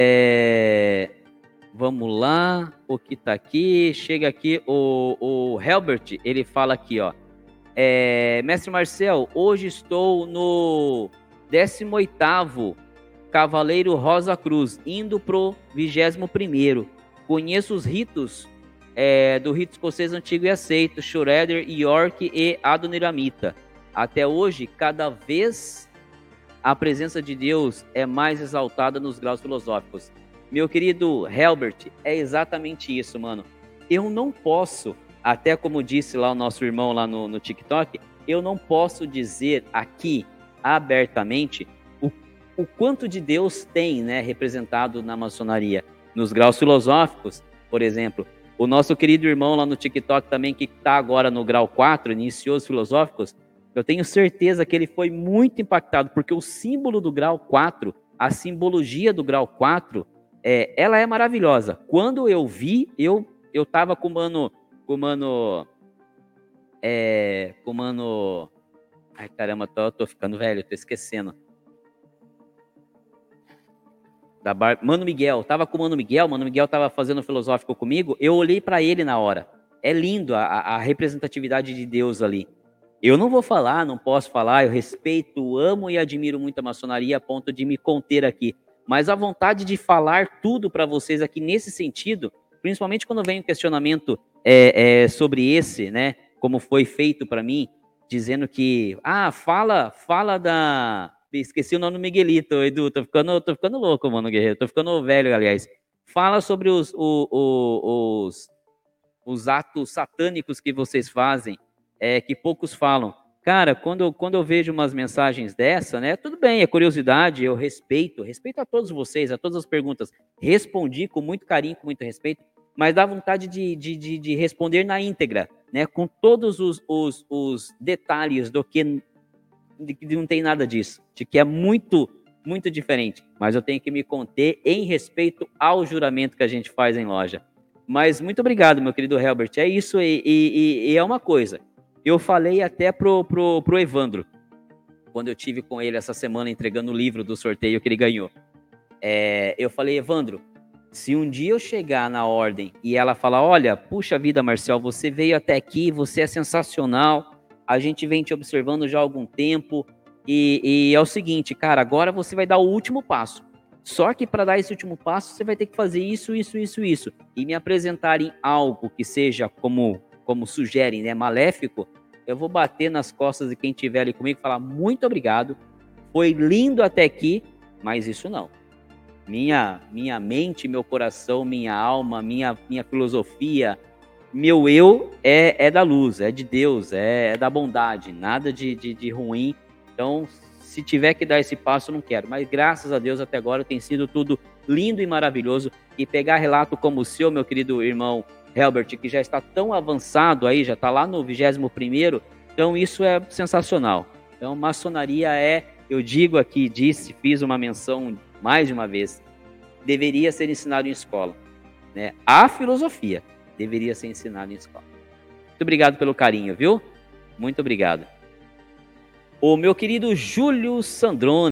Vamos lá, o que tá aqui, chega aqui, o Helbert, ele fala aqui, ó, Mestre Marcel, hoje estou no 18º Cavaleiro Rosa Cruz, indo pro 21º. Conheço os ritos do rito escocês antigo e aceito, Shredder, York e Adoniramita. Até hoje, cada vez a presença de Deus é mais exaltada nos graus filosóficos. Meu querido Helbert, é exatamente isso, mano. Eu não posso, até como disse lá o nosso irmão lá no TikTok, eu não posso dizer aqui abertamente o quanto de Deus tem, né, representado na maçonaria. Nos graus filosóficos, por exemplo, o nosso querido irmão lá no TikTok também, que está agora no grau 4, iniciou os filosóficos, eu tenho certeza que ele foi muito impactado, porque o símbolo do grau 4, a simbologia do grau 4, ela é maravilhosa. Quando eu vi, eu tava com o mano... Ai, caramba, tô ficando velho, tô esquecendo. Mano Miguel, tava com o Mano Miguel tava fazendo filosófico comigo, eu olhei para ele na hora. É lindo a representatividade de Deus ali. Eu não vou falar, não posso falar, eu respeito, amo e admiro muito a maçonaria a ponto de me conter aqui. Mas a vontade de falar tudo para vocês aqui nesse sentido, principalmente quando vem um questionamento sobre esse, né? Como foi feito para mim, dizendo que, fala da... Esqueci o nome do Miguelito, Edu, tô ficando louco, mano, guerreiro, tô ficando velho, aliás. Fala sobre os atos satânicos que vocês fazem, que poucos falam. Cara, quando eu vejo umas mensagens dessa, né? Tudo bem, é curiosidade, eu respeito a todos vocês, a todas as perguntas. Respondi com muito carinho, com muito respeito, mas dá vontade de responder na íntegra, né? Com todos os detalhes do que não tem nada disso, de que é muito, muito diferente. Mas eu tenho que me conter em respeito ao juramento que a gente faz em loja. Mas muito obrigado, meu querido Helbert. É isso, e é uma coisa. Eu falei até pro Evandro, quando eu tive com ele essa semana entregando o livro do sorteio que ele ganhou. Eu falei, Evandro, se um dia eu chegar na ordem e ela falar, olha, puxa vida, Marcel, você veio até aqui, você é sensacional, a gente vem te observando já há algum tempo, e é o seguinte, cara, agora você vai dar o último passo. Só que para dar esse último passo, você vai ter que fazer isso, e me apresentarem algo que seja, como sugerem, né, maléfico, eu vou bater nas costas de quem estiver ali comigo e falar, muito obrigado, foi lindo até aqui, mas isso não. Minha mente, meu coração, minha alma, minha filosofia, meu eu é da luz, é de Deus, é da bondade, nada de ruim. Então, se tiver que dar esse passo, eu não quero. Mas graças a Deus, até agora tem sido tudo lindo e maravilhoso. E pegar relato como o seu, meu querido irmão Helbert, que já está tão avançado aí, já está lá no 21º, então isso é sensacional. Então, maçonaria eu digo aqui, fiz uma menção mais de uma vez, deveria ser ensinado em escola, né? A filosofia deveria ser ensinada em escola. Muito obrigado pelo carinho, viu? Muito obrigado. O meu querido Júlio Sandrone.